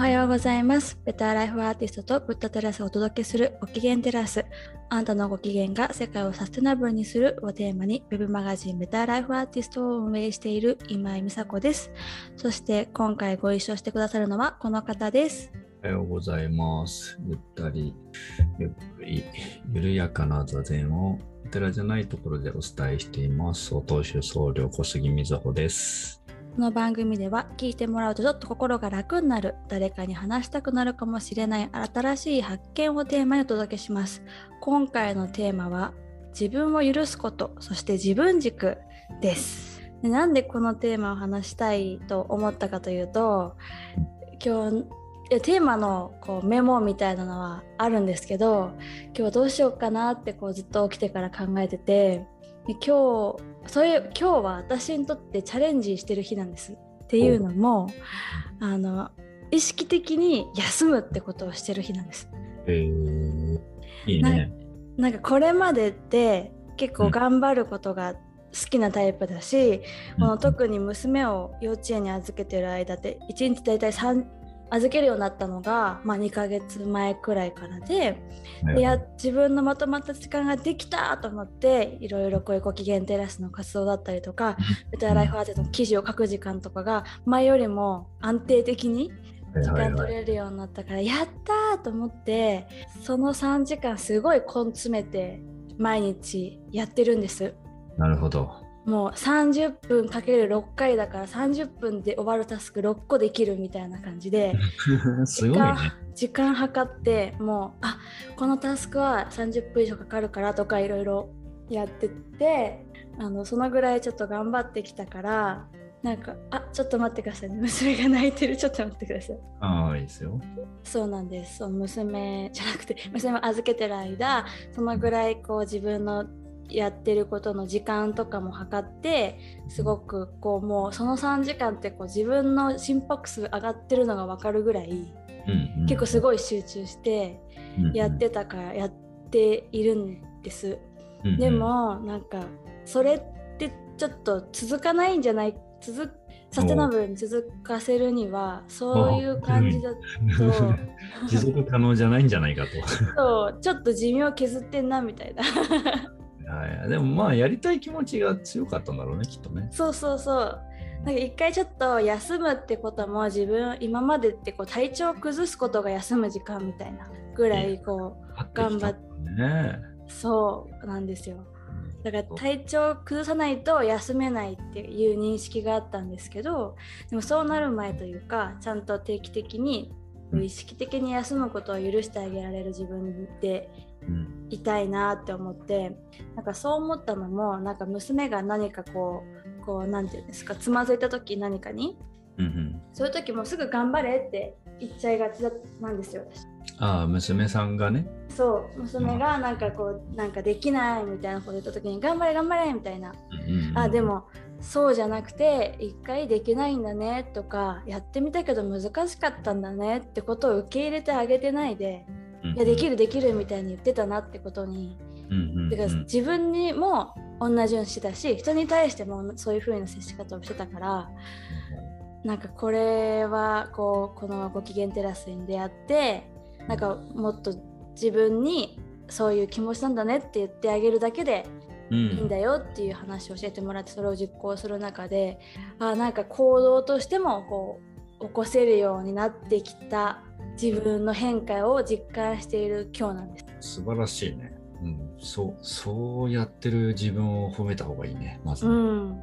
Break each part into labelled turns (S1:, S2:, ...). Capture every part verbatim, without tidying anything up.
S1: はようございます。ベターライフアーティストとブッダテラスをお届けするご機嫌テラス。あんたのご機嫌が世界をサステナブルにするをテーマに、ウェブマガジンベターライフアーティストを運営している今井美佐子です。そして今回ご一緒してくださるのはこの方です。
S2: おはようございます。ゆったり、ゆっくり、緩やかな座禅をお寺じゃないところでお伝えしています。お当主僧侶小杉瑞穂です。
S1: この番組では聞いてもらうとちょっと心が楽になる、誰かに話したくなるかもしれない新しい発見をテーマにお届けします。今回のテーマは自分を許すこと、そして自分軸です。で、なんでこのテーマを話したいと思ったかというと、今日テーマのこうメモみたいなのはあるんですけど、今日はどうしようかなってこうずっと起きてから考えてて、で今日そういう今日は私にとってチャレンジしてる日なんです。っていうのもあの意識的に休むってことをしてる日なんです。
S2: へー、いいね。
S1: な、なんかこれまでって結構頑張ることが好きなタイプだし、うん、この特に娘を幼稚園に預けてる間っていちにちだいたいさん預けるようになったのが、まあ、にかげつまえくらいからで、でや自分のまとまった時間ができたと思っていろいろこういうご機嫌テラスの活動だったりとかベターライフアーティストの記事を書く時間とかが前よりも安定的に時間取れるようになったから、はいはいはい、やったーと思ってそのさんじかんすごい根詰めて毎日やってるんです。
S2: なるほど。
S1: もうさんじゅっぷんかけるろっかいだからさんじゅっぷんで終わるタスクろっこできるみたいな感じですごい、ね、時間計ってもうあこのタスクはさんじゅっぷん以上かかるからとかいろいろやってってあのそのぐらいちょっと頑張ってきたからなんかあちょっと待ってくださいね、娘が泣いてる、ちょっと待ってください。
S2: ああいいですよ。
S1: そうなんです。その娘じゃなくて娘を預けてる間そのぐらいこう自分のやってることの時間とかも測ってすごくこうもうそのさんじかんってこう自分の心拍数上がってるのが分かるぐらい、うんうん、結構すごい集中してやってたからやっているんです、うんうん、でもなんかそれってちょっと続かないんじゃない続サステナブルに続かせるにはそういう感じだと
S2: 持続可能じゃないんじゃないかと
S1: そうちょっと寿命削ってんなみたいな
S2: はい、でもまあやりたい気持ちが強かったんだろうねきっとね。
S1: そうそうそうなんか一回ちょっと休むってことも自分今までってこう体調を崩すことが休む時間みたいなぐらいこう頑張って、ね、そうなんですよ。だから体調を崩さないと休めないっていう認識があったんですけど、でもそうなる前というかちゃんと定期的に意識的に休むことを許してあげられる自分でいたいなって思って、なんかそう思ったのもなんか娘が何かこうこうなんていうんですかつまずいた時何かに、うんうん、そういう時もすぐ頑張れって言っちゃいがちなんですよ私。
S2: ああ娘さんがね。
S1: そう娘がなんかこうなんかできないみたいなこと言った時に頑張れ頑張れみたいな、うんうん、あでもそうじゃなくて一回できないんだねとかやってみたけど難しかったんだねってことを受け入れてあげてないで、うんうん、いやできるできるみたいに言ってたなってことに、うんうんうん、だから自分にも同じようにしてたし人に対してもそういう風な接し方をしてたから、うん、なんかこれはこうこのご機嫌テラスに出会ってなんかもっと自分にそういう気持ちなんだねって言ってあげるだけでいいんだよっていう話を教えてもらってそれを実行する中であなんか行動としてもこう起こせるようになってきた自分の変化を実感している今日なんです。
S2: 素晴らしいね、うん、そうそうやってる自分を褒めた方がいいねまずね、うん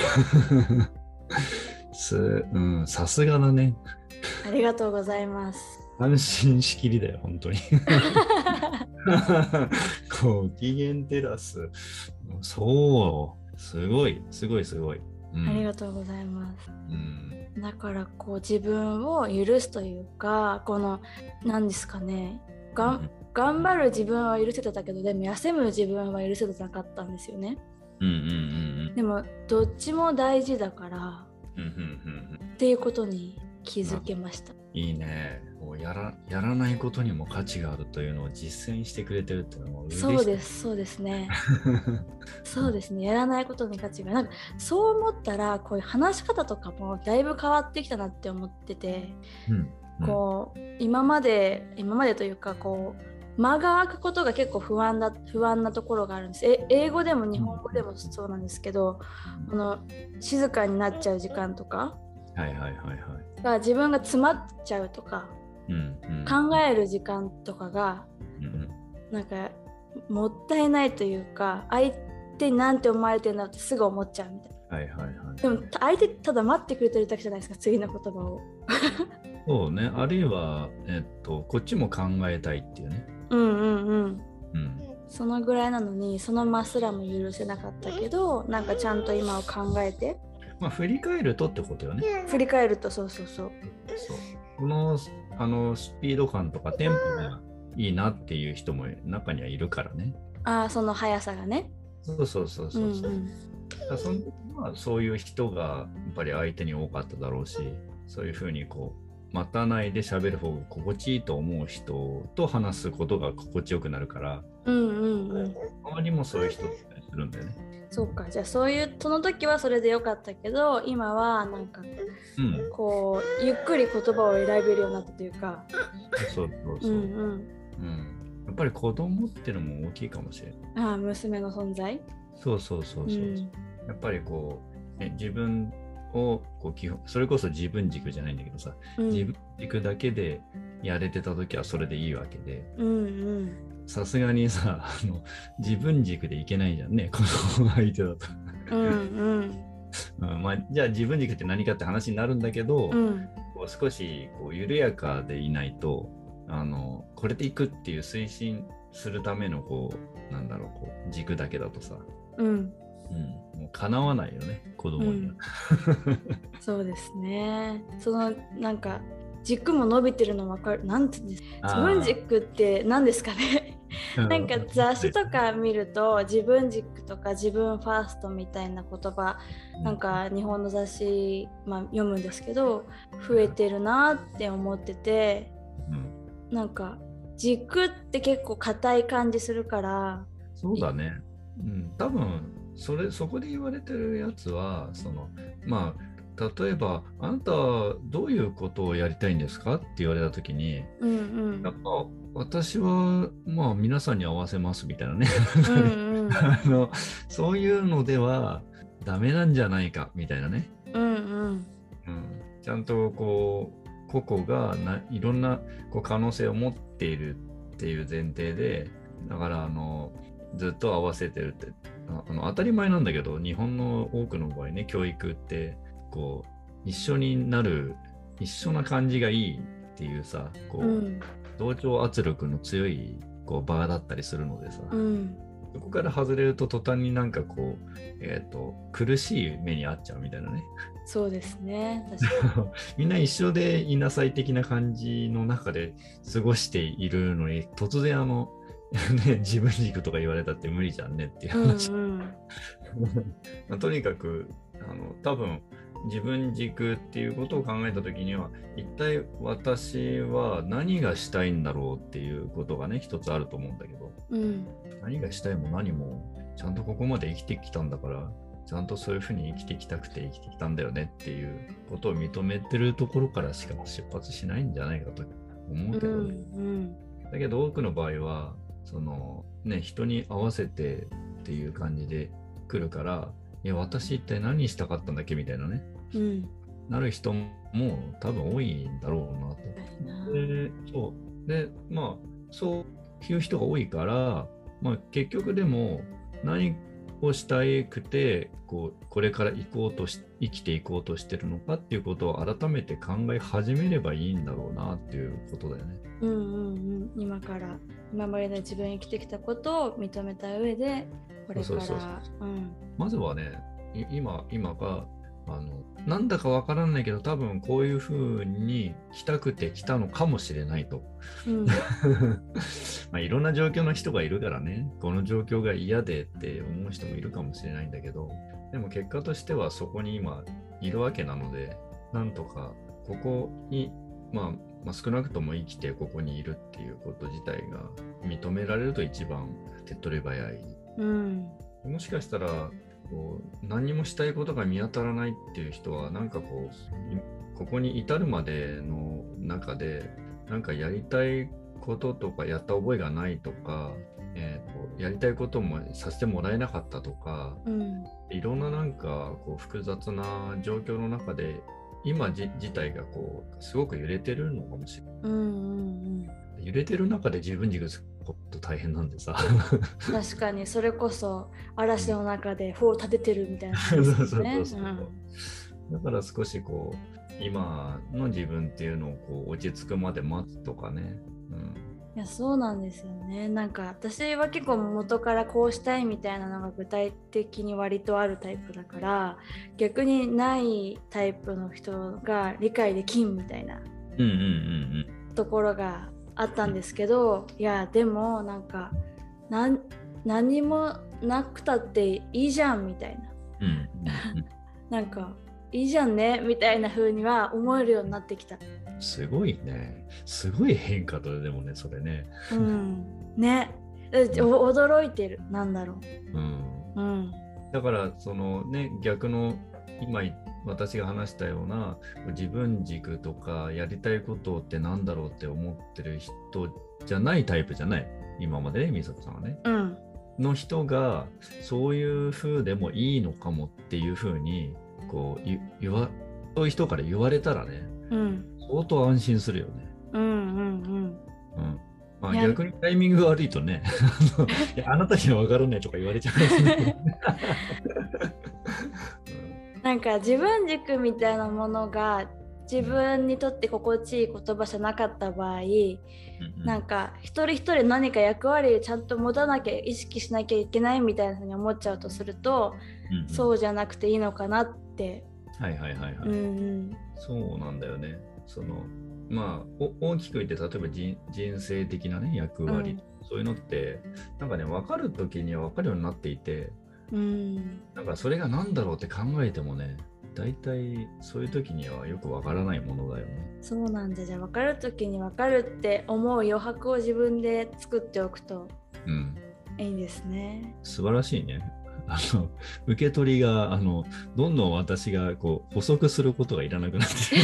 S2: すうん、さすがだね。
S1: ありがとうございます。
S2: 安心しきりだよ本当にご機嫌テラスそうすごいすごいすごい、
S1: うん、ありがとうございます、うん、だからこう自分を許すというかこの何ですかねが、うん、頑張る自分は許せてたけどでも休む自分は許せてなかったんですよね、うんうんうんうん、でもどっちも大事だから、うんうんうんうん、っていうことに気づけました。
S2: いいね。もうやら、やらないことにも価値があるというのを実践してくれてるっていうのも嬉しい。
S1: そうですそうですねそうですねやらないことに価値がなんかそう思ったらこういう話し方とかもだいぶ変わってきたなって思ってて、うん、 こう、うん、今まで今までというかこう間が空くことが結構不安だ不安なところがあるんです。え英語でも日本語でもそうなんですけど、この静かになっちゃう時間とか、
S2: はいはいはいはい、
S1: が自分が詰まっちゃうとか、うんうん、考える時間とかが、うん、なんかもったいないというか、相手になんて思われてるんだってすぐ思っちゃうみたいな。
S2: はいはいはい、
S1: でも相手ただ待ってくれてるだけじゃないですか、次の言葉を。
S2: そうね、あるいは、えっと、こっちも考えたいっていうね。
S1: うんうんうん。うん、そのぐらいなのに、その間すらも許せなかったけど、なんかちゃんと今を考えて。
S2: まあ、振り返るとってことよね。
S1: 振り返ると、そうそうそう。
S2: そうこの、あのスピード感とかテンポがいいなっていう人も中にはいるからね。
S1: ああ、その速さがね。
S2: そうそうそうそう。うんうん、だその時はそういう人がやっぱり相手に多かっただろうし、そういうふうにこう待たないで喋る方が心地いいと思う人と話すことが心地よくなるから、うんうんうん、周りもそういう人だったりするんだよね。
S1: そうか、じゃあそういうその時はそれでよかったけど、今はなんか、うん、こうゆっくり言葉を選べるようになったというか。
S2: そうそうそう。うんうんうん、やっぱり子供っていうのも大きいかもしれない。
S1: ああ、娘の存在。
S2: そうそうそうそう。うん、やっぱりこう、ね、自分をこう基本それこそ自分軸じゃないんだけどさ、うん、自分軸だけでやれてた時はそれでいいわけで、さすがにさあの自分軸でいけないじゃんね、この相手だと。うんうんうんまあ、じゃあ自分軸って何かって話になるんだけど、うん、こう少しこう緩やかでいないとあのこれでいくっていう推進するためのこうなんだろうこう軸だけだとさ、うんうん、もう叶わないよね、子供には、うん、
S1: そうですね。そのなんか軸も伸びてるの分かる。なんて言うんですか、自分軸って何ですかね。なんか雑誌とか見ると自分軸とか自分ファーストみたいな言葉、なんか日本の雑誌、まあ、読むんですけど増えてるなって思ってて、うん、なんか軸って結構硬い感じするから。
S2: そうだね、うん、多分それそこで言われてるやつはそのまあ例えばあなたはどういうことをやりたいんですかって言われたときに、うんうん、やっぱ私はまあ皆さんに合わせますみたいなね、うんうん、あのそういうのではダメなんじゃないかみたいなね、うんうんうん、ちゃんとこう個々がないろんなこう可能性を持っているっていう前提で、だからあのずっと合わせてるって あ, あの当たり前なんだけど、日本の多くの場合ね、教育ってこう一緒になる一緒な感じがいいっていうさ、こう、うん、同調圧力の強いこう場だったりするのでさ、うん、そこから外れると途端になんかこう、えーと、苦しい目に遭っちゃうみたいなね。
S1: そうですね、確かに
S2: みんな一緒でいなさい的な感じの中で過ごしているのに、突然あのね、自分軸とか言われたって無理じゃんねっていう話、うんうん、とにかくあの多分自分軸っていうことを考えたときには、一体私は何がしたいんだろうっていうことがね一つあると思うんだけど、うん、何がしたいも何もちゃんとここまで生きてきたんだから、ちゃんとそういうふうに生きてきたくて生きてきたんだよねっていうことを認めてるところからしか出発しないんじゃないかと思うけどね、うんうん、だけど多くの場合はそのね、人に合わせてっていう感じで来るから、いや私一体何したかったんだっけみたいなね、うん、なる人も多分多いんだろうなと。で、そうでまあそういう人が多いから、まあ、結局でも何をしたくてこうこれから行こうとし生きていこうとしてるのかっていうことを改めて考え始めればいいんだろうなっていうことだよね。
S1: うんうんうん、今から今までで自分生きてきたことを認めた上でこれから、
S2: そうそうそうそう、うん、まずはね、今今があのなんだかわからないけど多分こういう風に来たくて来たのかもしれないと、うん、まあいろんな状況の人がいるからね、この状況が嫌でって思う人もいるかもしれないんだけど、でも結果としてはそこに今いるわけなので、なんとかここに、まあ、まあ少なくとも生きてここにいるっていうこと自体が認められると一番手っ取り早い、うん、もしかしたらこう何もしたいことが見当たらないっていう人はなんかこうここに至るまでの中でなんかやりたいこととかやった覚えがないとか、えー、とやりたいこともさせてもらえなかったとか、
S1: うん、
S2: いろんななんかこう複雑な状況の中で今自体がこうすごく揺れてるのかもしれない、
S1: うんうんうん
S2: 揺れてる中で自分軸つくこと大変なんでさ
S1: 確かにそれこそ嵐の中で帆を立ててるみたいな感じですね。
S2: だから少しこう今の自分っていうのをこう落ち着くまで待つとかね、うん、
S1: いやそうなんですよね。なんか私は結構元からこうしたいみたいなのが具体的に割とあるタイプだから、逆にないタイプの人が理解できんみたいなところがあったんですけど、いやでもなんか何何もなくたっていいじゃんみたいな、うんうんうん、なんかいいじゃんねみたいな風には思えるようになってきた。
S2: すごいね、すごい変化だでもねそれね。
S1: うんね、驚いてる、なんだろう。
S2: うんうん、だからそのね逆の今私が話したような自分軸とかやりたいことってなんだろうって思ってる人じゃないタイプじゃない今までね、美佐子さんはね、うん、の人がそういう風でもいいのかもっていう風にこう言わそういう人から言われたらね、うん、相当安心するよね。うんうんうん。うんまあ、逆にタイミングが悪いとねいやあなたには分からないとか言われちゃうんですね
S1: なんか自分軸みたいなものが自分にとって心地いい言葉じゃなかった場合、うんうん、なんか一人一人何か役割をちゃんと持たなきゃ意識しなきゃいけないみたいなふうに思っちゃうとすると、うんうん、そうじゃなくていいのかなって。
S2: はいはいはいはい、うんうん、そうなんだよね。そのまあ大きく言って例えば 人, 人生的なね役割、うん、そういうのってなんかね分かる時には分かるようになっていて、うん、なんかそれが何だろうって考えてもね大体そういう時にはよく分からないものだよね。
S1: そうなんだ。じゃあ分かる時に分かるって思う余白を自分で作っておくといいんですね、
S2: うん、素晴らしいね。あの受け取りがあのどんどん私がこう補足することがいらなくなって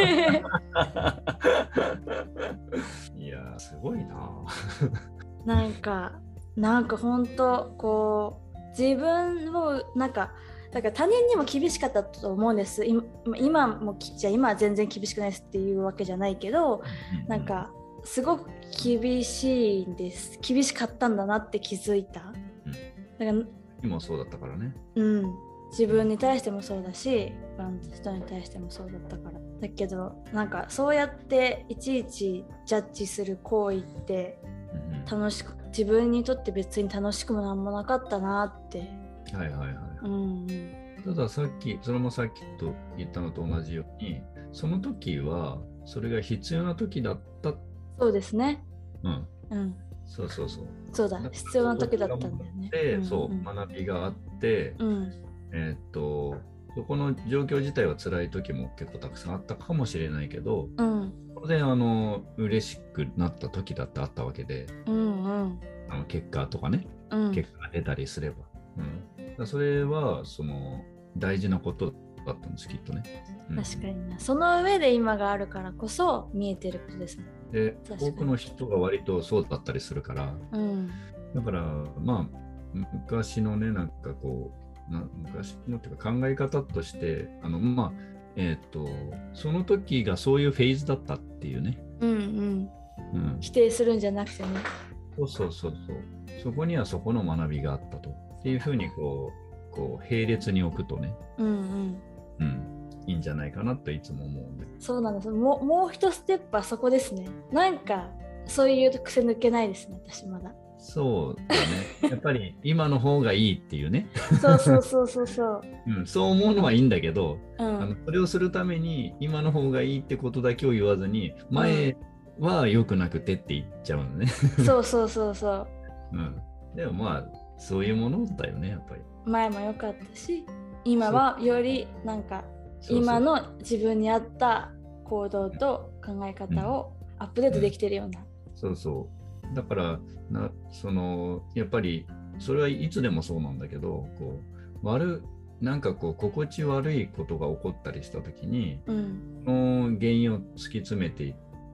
S2: いやーすごいな
S1: なんかなんか本当こう自分をなんかだから他人にも厳しかったと思うんです。今, 今もじゃあ今は全然厳しくないですっていうわけじゃないけど、なんかすごく厳しいんです。厳しかったんだなって気づいた。だから
S2: 今そうだったからね。
S1: うん。自分に対してもそうだし、他の人に対してもそうだったから。だけどなんかそうやっていちいちジャッジする行為って楽しく、自分にとって別に楽しくもなんもなかったなって。
S2: はいはいはい。うんうん、たださっきそれもさっきと言ったのと同じように、その時はそれが必要な時だった。
S1: そうですね。
S2: うんうん。そうそうそう。
S1: そうだ、必要な時だったんだよね。
S2: で、うんうん、そう学びがあって、うん、えー、っとそこの状況自体は辛い時も結構たくさんあったかもしれないけど、うん、当然あの嬉しくなった時だってあったわけで、うんうん、あの結果とかね、うん、結果が出たりすれば、うん、それはその大事なことだったんですきっとね、
S1: うん、確かにな。その上で今があるからこそ見えてることですね。
S2: で多くの人が割とそうだったりするから、うん、だからまあ昔のねなんかこうな昔のっていうか考え方としてあのまあえっ、ー、とその時がそういうフェーズだったっていうね、うんうん
S1: うん、否定するんじゃなくてね。
S2: そうそうそうそう、そこにはそこの学びがあったとっていうふうにこうこう並列に置くとね、うんうんうん、いいんじゃないかなといつも思うんで。
S1: そうなんです。もうもう一ステップはそこですね。なんかそういう癖抜けないですね、私まだ。
S2: そうだね。やっぱり今の方がいいっていうね。
S1: そうそうそうそうそう、
S2: うん。そう思うのはいいんだけど、うん、あのそれをするために今の方がいいってことだけを言わずに、前は良くなくてって言っちゃうのね。
S1: うん、そうそうそうそう。
S2: うん。でもまあそういうものだよねやっぱり。
S1: 前も良かったし、今はよりなんか今の自分に合った行動と考え方をアップデートできてるような。
S2: うんうん、そうそう。だからなそのやっぱりそれはいつでもそうなんだけど、こう悪なんかこう心地悪いことが起こったりした時に、うん、その原因を突き詰めていっ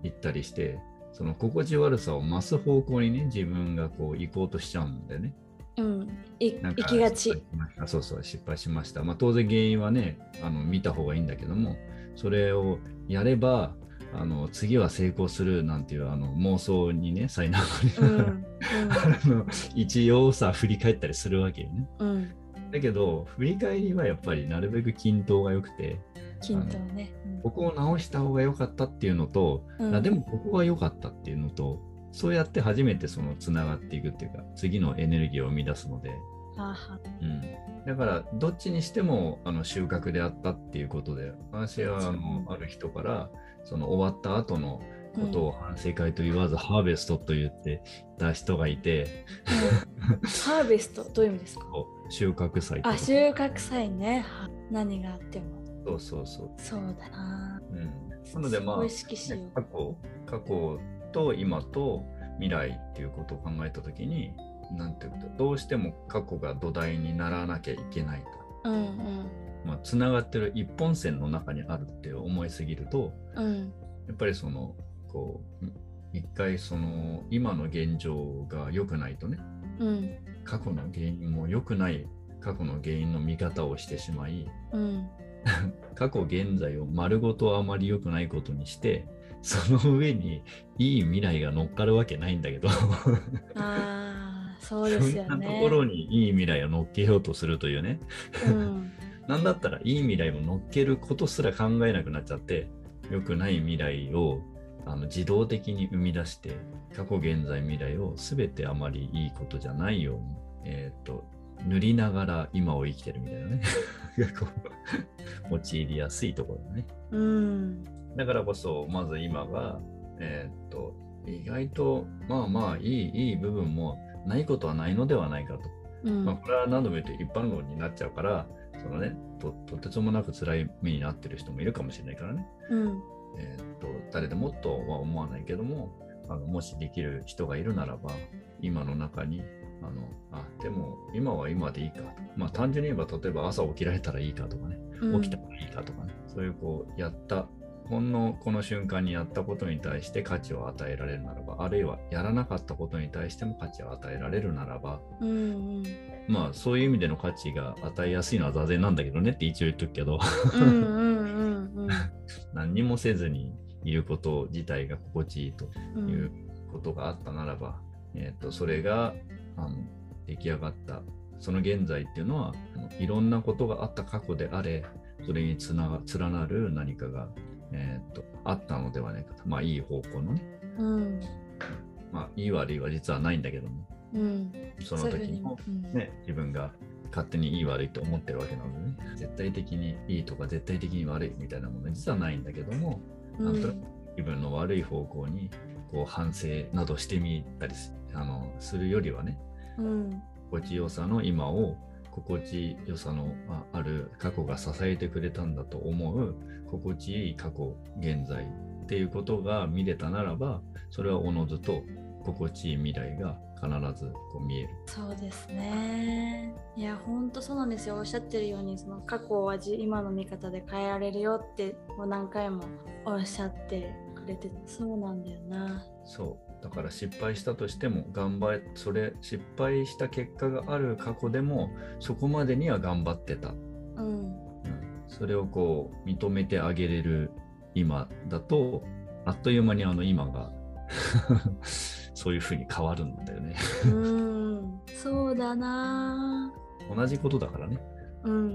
S2: 行ったりして、その心地悪さを増す方向にね、自分がこう行こうとしちゃうんだよね。
S1: うん、い行きがち。
S2: そうそう、失敗しました。まあ、当然原因はね、あの見た方がいいんだけども、それをやれば、あの次は成功するなんていうあの妄想にね、苛まれながら、うんうん、一応さ、振り返ったりするわけよね。うん、だけど、振り返りはやっぱりなるべく均等が良くて、
S1: 均等ね、
S2: うん、ここを直した方が良かったっていうのと、うん、あでもここが良かったっていうのと、そうやって初めてそのつながっていくっていうか、次のエネルギーを生み出すので、
S1: はは、
S2: うん、だからどっちにしてもあの収穫であったっていうことで、私はあの、うん、ある人からその終わった後のことを反省会と言わず、うん、ハーベストと言ってた人がいて、
S1: うん、ハーベストどういう意味ですか？
S2: 収穫祭とか。
S1: あ、収穫祭ね。何があっても。
S2: そうそうそう。
S1: そうだな。
S2: うん、なのでまあ、ね、過去、過去と今と未来っていうことを考えたときに、なんていうか、どうしても過去が土台にならなきゃいけないと。うんうん、まあ、つながってる一本線の中にあるって思いすぎると、うん、やっぱりそのこう一回その今の現状が良くないとね、うん、過去の原因も良くない過去の原因の見方をしてしまい、うん、過去現在を丸ごとあまり良くないことにして、その上にいい未来が乗っかるわけないんだけど
S1: あそうですよね。
S2: そんなところにいい未来を乗っけようとするというね、うん、なんだったらいい未来を乗っけることすら考えなくなっちゃって、良くない未来をあの自動的に生み出して、過去現在未来を全てあまりいいことじゃないように、えー、と塗りながら今を生きてるみたいなね陥りやすいところだね、うん、だからこそまず今が、えー、と意外とまあまあいいいい部分もないことはないのではないかと、うんまあ、これは何度も言うと一般論になっちゃうから、そのね、と, とてつもなく辛い目になってる人もいるかもしれないからね、うんえー、と誰でもっとは思わないけども、あのもしできる人がいるならば、今の中にあのあでも今は今でいいかと、まあ単純に言えば例えば朝起きられたらいいかとかね、起きたらいいかとかね、うん、そういうこうやったほんのこの瞬間にやったことに対して価値を与えられるならば、あるいはやらなかったことに対しても価値を与えられるならば、うんうん、まあそういう意味での価値が与えやすいのは座禅なんだけどねって一応言っとくけど何にもせずにいること自体が心地いいということがあったならば、うんえー、とそれがあの出来上がったその現在っていうのは、あのいろんなことがあった過去であれ、それにつなが連なる何かが、えー、とあったのではないかと、まあいい方向のね、うん、まあいい悪いは実はないんだけども、うん、その時にも、ね、自分が勝手にいい悪いと思ってるわけなのでね、絶対的にいいとか絶対的に悪いみたいなものは実はないんだけども、うん、なんとなく自分の悪い方向にこう反省などしてみたりあのするよりはね、うん、心地よさの今を心地よさのある過去が支えてくれたんだと思う心地いい過去現在っていうことが見れたならば、それはおのずと心地いい未来が必ずこう見える。
S1: そうですね。いや本当そうなんですよ。おっしゃってるように、その過去は今の見方で変えられるよってもう何回もおっしゃってくれて、そうなんだよな。
S2: そうだから失敗したとしても頑張れ、それ失敗した結果がある過去でもそこまでには頑張ってた、うんうん、それをこう認めてあげれる今だと、あっという間にあの今がそういう風に変わるんだよね
S1: うんそうだな。
S2: 同じことだからね、
S1: うんうんうん、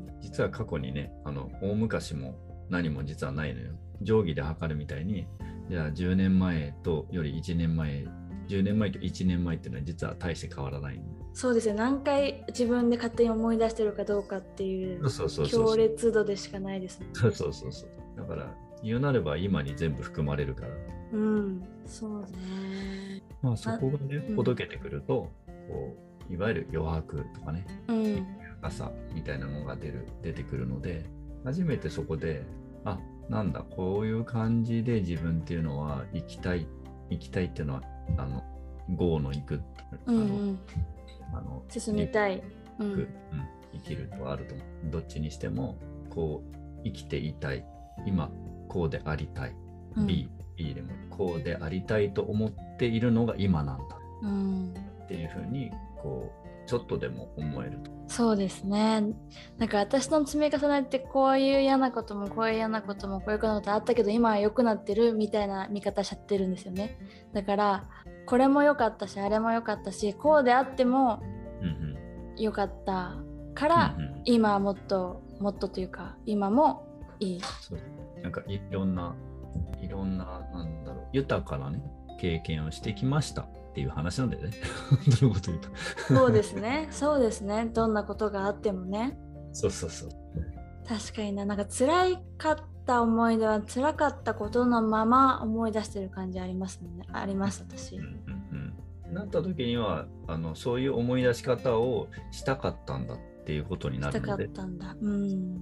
S2: 実は過去にね、あの大昔も何も実はないのよ。定規で測るみたいに、じゃあじゅうねんまえとよりいちねんまえ、じゅうねんまえといちねんまえっていうのは実は大して変わらない、ね、
S1: そうですね。何回自分で勝手に思い出してるかどうかっていう強烈度でしかないですね。
S2: そうそうそうそう。だから言うなれば今に全部含まれるから。
S1: うん、そうね。
S2: まあそこがね、ほどけてくると、こういわゆる余白とかね、うん、朝みたいなのが出る出てくるので、初めてそこで、あ、なんだ、こういう感じで自分っていうのは生きたい、生きたいっていうのは、あの、ゴーの行く、あの、うんうん、
S1: あの進みたい、
S2: うんうん、生きるとあると思う。どっちにしても、こう、生きていたい、今、こうでありたい、うん、B、 いいでもこうでありたいと思っているのが今なんだっていうふうにこうちょっとでも思えると。
S1: そうですね。なんか私の積み重ねってこういう嫌なこともこういう嫌なこともこういうことあったけど今は良くなってるみたいな見方しちゃってるんですよね。だからこれも良かったしあれも良かったしこうであっても良かったから、うんうん、今はもっともっとというか今もいい。
S2: そうなんかいろんないろんななんだろう豊かなね経験をしてきましたっていう話なんだよね。本当のこと言うと。
S1: そうですね。そうですね。どんなことがあってもね。
S2: そうそうそう。
S1: 確かにな。なんか辛かった思い出は辛かったことのまま思い出してる感じありますもんね。あります私。うん
S2: うんうん、なった時にはあのそういう思い出し方をしたかったんだっていうことになるので。
S1: したかったんだ。うん。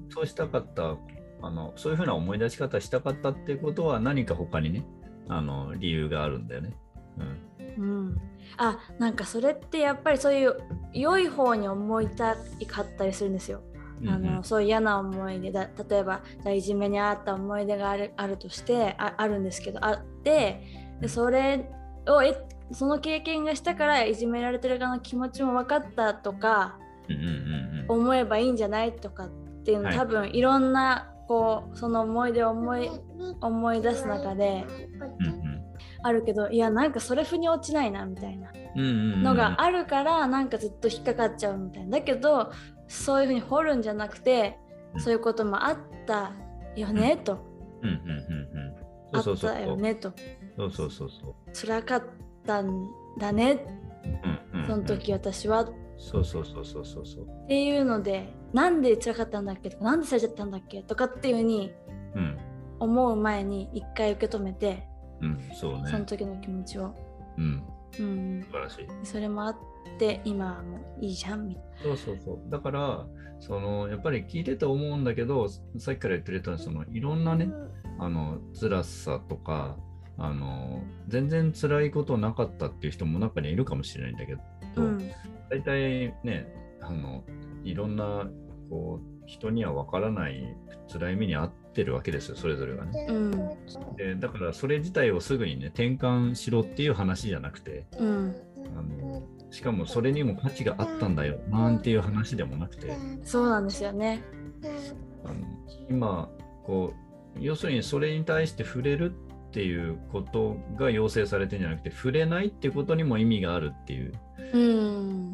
S2: そうしたかったあのそういうふうな思い出し方したかったっていうことは何か他にねあの理由があるんだよね。
S1: うんうん、あなんかそれってやっぱりそういう良い方に思いたかったりするんですよ。うんうん、あのそういう嫌な思い出だ例えばじゃいじめにあった思い出がある、あるとしてあ、あるんですけどあってでそれをえその経験がしたからいじめられてる側の気持ちも分かったとか、うんうんうんうん、思えばいいんじゃないとかっていうの、はい、多分いろんなこうその思い出を思い、思い出す中で、うんうんあるけどいやなんかそれ腑に落ちないなみたいなのがあるからなんかずっと引っかかっちゃうみたいなだけどそういうふうに掘るんじゃなくてそういうこともあったよねとあったよねと
S2: そうそうそうそう
S1: 辛かったんだね、うんうんうん、その時私は
S2: そうそうそうそうそうそう
S1: っていうのでなんで辛かったんだっけとかなんでされちゃったんだっけとかっていうふうに思う前に一回受け止めて
S2: うん、そうね。
S1: その時の気持ちを。
S2: うん。うん、素晴らしい。
S1: それもあって今もいいじゃんみたいな。
S2: そうそうそう。だからそのやっぱり聞いてて思うんだけど、さっきから言ってるとそのいろんなね、あの辛さとかあの全然辛いことなかったっていう人も中にいるかもしれないんだけど、うん、大体ねあのいろんなこう人には分からない辛い目に遭ってるわけですよそれぞれがね、うん、でだからそれ自体をすぐにね転換しろっていう話じゃなくて、うん、あのしかもそれにも価値があったんだよなんていう話でもなくて
S1: そうなんですよね
S2: あの今こう要するにそれに対して触れるっていうことが要請されてるんじゃなくて触れないっていうことにも意味があるっていう、うん、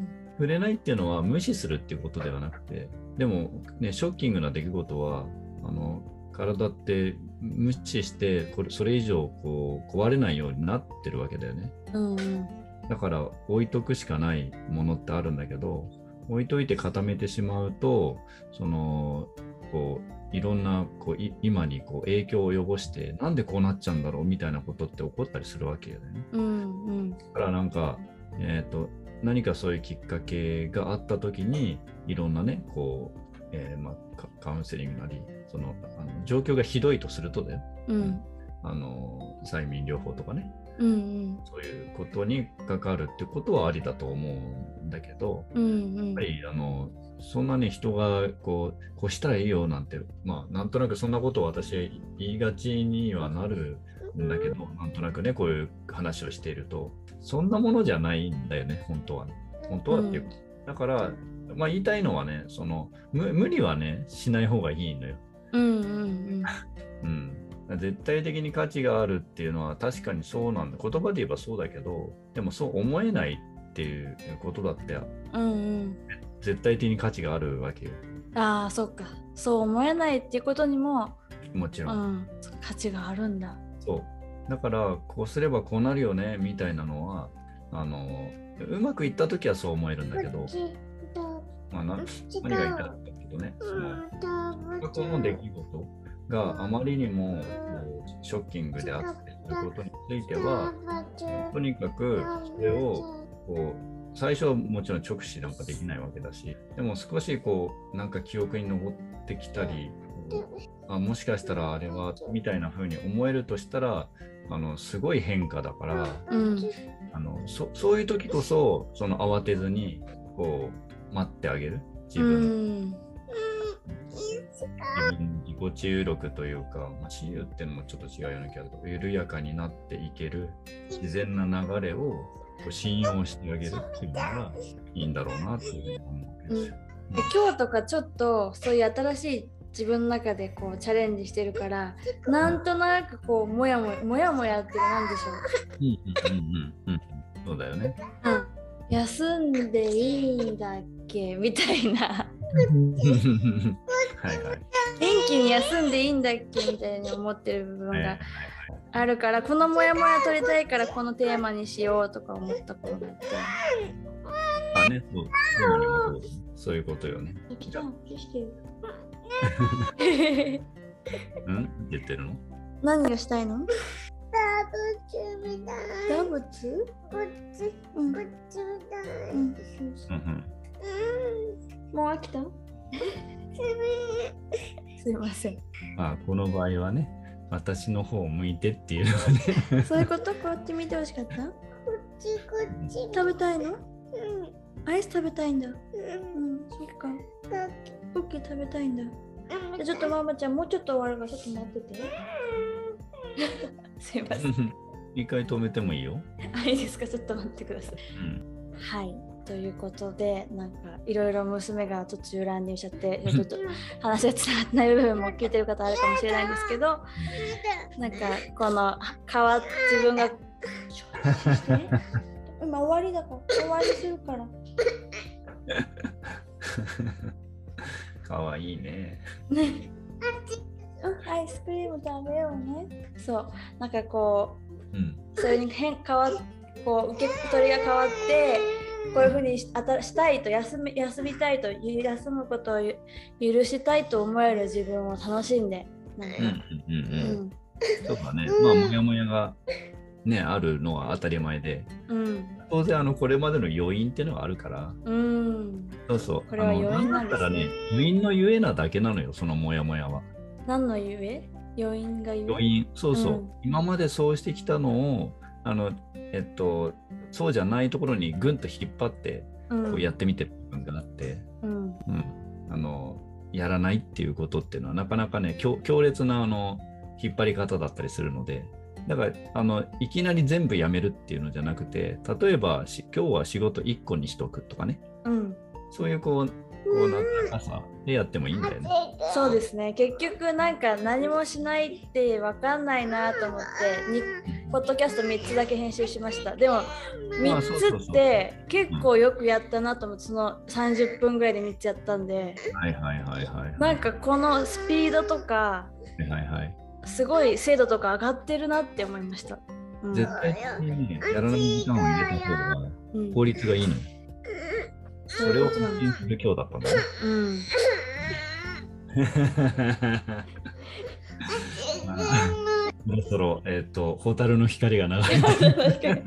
S2: 触れないっていうのは無視するっていうことではなくてでもねショッキングな出来事はあの体って無視してこれそれ以上こう壊れないようになってるわけだよね、うんうん、だから置いとくしかないものってあるんだけど置いといて固めてしまうとそのこういろんなこう今にこう影響を及ぼしてなんでこうなっちゃうんだろうみたいなことって起こったりするわけよね、うんうん、だからなんかえっと何かそういうきっかけがあった時にいろんなねこう、えーまあ、カウンセリングなりそのあの状況がひどいとするとだよ、うん、あの催眠療法とかね、うんうん、そういうことに関わるってことはありだと思うんだけど、うんうん、やっぱりあのそんなに人がこうこうしたらいいよなんてまあなんとなくそんなことを私言いがちにはなるんだけどなんとなくねこういう話をしているとそんなものじゃないんだよね本当はね本当はっていう、うん、だからまあ言いたいのはねその無理はねしない方がいいのよ、うんうんうんうん、絶対的に価値があるっていうのは確かにそうなんだ言葉で言えばそうだけどでもそう思えないっていうことだって、うんうん、絶対的に価値があるわけよ
S1: ああそっかそう思えないっていうことにも
S2: もちろん、うん、
S1: 価値があるんだ
S2: そうだからこうすればこうなるよねみたいなのはあのうまくいった時はそう思えるんだけど、まあ、な何が言ったんだけどねその過去の出来事があまりにもショッキングであってということについてはとにかくそれをこう最初はもちろん直視なんかできないわけだしでも少しこうなんか記憶に残ってきたりあもしかしたらあれはみたいな風に思えるとしたらあのすごい変化だから、うん、あの そ, そういう時こそその慌てずにこう待ってあげる自分、うん、 自分自己注力というか、まあ、私有っていうのもちょっと違うような気がするけど、緩やかになっていける自然な流れをこう信用してあげるっていうのがいいんだろうなっていうふうに思うわけですよ。
S1: うん、今日とかちょっとそういう新しい自分の中でこうチャレンジしてるから、なんとなくこうもやもやもやもやってなんでしょう。
S2: うんうんうんうん、そうだよね。
S1: うん、休んでいいんだっけみたいな。はいはい。元気に休んでいいんだっけみたいに思ってる部分があるから、このモヤモヤ取りたいからこのテーマにしようとか思ったことがあって。
S2: あね、そう、そうそういうことよね。
S1: 来た、来てる。
S2: うん言ってるの？
S1: 何がしたいの？
S3: ダブツみたい。
S1: ダブツ？
S3: こっち、こっちみたい。
S1: うん。
S2: うん
S1: もう飽きた？すいません。
S2: まあこの場合はね、私の方を向いてっていうのはね。
S1: そういうこと？こうやって見てほしかった？
S3: こっち、こっち。
S1: 食べたいの？
S3: うん。
S1: アイス食べたいんだ。
S3: うん。
S1: うん、そっか。
S3: だ
S1: クッキー食べたいんだ。じゃちょっとママちゃんもうちょっと終わるからちょっと待ってて。すいません。
S2: 一回止めてもいいよ。
S1: あ、いいですか？ちょっと待ってください。
S2: うん、
S1: はい。ということで、なんかいろいろ娘が途中乱入しちゃってちょっと話がつながってない部分も聞いてる方あるかもしれないんですけど、なんかこの変わっ自分が今終わりだから終わりするから
S2: かわいいね。
S1: ね、アイスクリーム食べようね。そうなんかこう、うん、それに変変わこう受け取りが変わってこういうふうに し, あたしたいと 休, み休みたいと休むことを許したいと思える自分を楽しんでなんか、うんうん
S2: うん、そうかね、まあモヤモヤがねあるのは当たり前で、うん、当然あのこれまでの要因っていうのがあるから、うん、そうそう
S1: これは要因なんですね。
S2: だからね要因のゆえなだけなのよ、そのモヤモヤは。
S1: 何のゆえ？要因がゆえ？
S2: 要因、そうそう、うん、今までそうしてきたのをあのえっとそうじゃないところにぐんと引っ張ってこうやってみてる部分があって、うんうん、あのやらないっていうことっていうのはなかなかね 強, 強烈なあの引っ張り方だったりするので、だからあのいきなり全部やめるっていうのじゃなくて、例えばし今日は仕事いっこにしとくとかね、うん、そういうこうこうなんか朝でやってもいいんだよね。
S1: そうですね。結局なんか何もしないって分かんないなと思ってにポッドキャストみっつだけ編集しました。でもみっつって結構よくやったなと思って、そのさんじゅっぷんぐらいでみっつやったんで、
S2: はいはいはいはい、
S1: なんかこのスピードとか、はいはいはい、すごい精度とか上がってるなって思いました。
S2: うん、絶対に、ね、やらない時間を入れた方が効率がいいの。うん、それを発信する今日だったんだね。うん。そろそろ、えっ、ー、と、蛍の光が流れて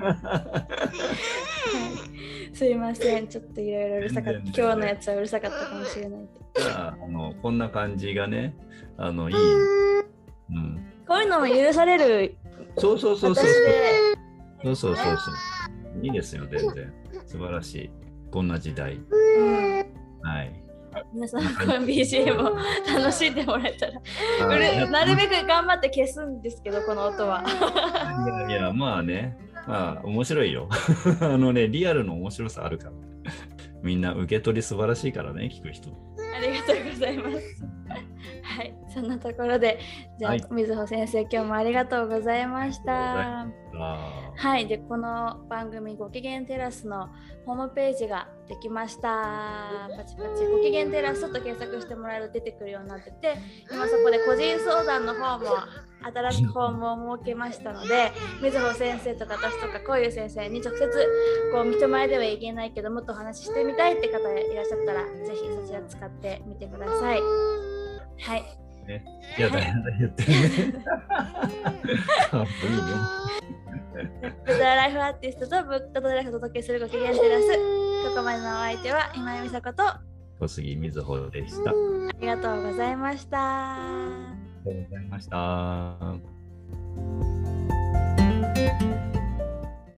S1: すいません、ちょっといろいろうるさかった。今日のやつはうるさかったかもしれない。
S2: じゃあ、あのこんな感じがね、あのいい、
S1: うん。こういうのも許される。
S2: そうそうそうそう。そうそうそうそう。いいですよ、全然。素晴らしい。こんな時代。うん、はい。
S1: 皆さん、この ビージーエム を楽しんでもらえたら、なるべく頑張って消すんですけど、この音は。
S2: いやいや、まあね、まあ面白いよ。あのね、リアルの面白さあるから。みんな受け取り素晴らしいからね、聞く人。
S1: ありがとうございます。はい、そんなところで、じゃあ、はい、みずほ先生、今日もありがとうございました。はい、で、この番組、ごきげんテラスのホームページができました。パチパチ、ごきげんテラスと検索してもらえると出てくるようになってて、今そこで個人相談の方も新しくフォームを設けましたので、みずほ先生とか私とかこういう先生に直接こう人前では言えないけどもっとお話ししてみたいって方いらっしゃったら、ぜひそちら使ってみてください。はい。
S2: ね、いやだやだ言ってるね。
S1: ブッダライフアーティストとブッダライフをお届けするごきげんテラス。ここまでのお相手は今井美佐子と
S2: 小杉みずほでした。あ
S1: りがとうございました。
S2: ありがとうございました。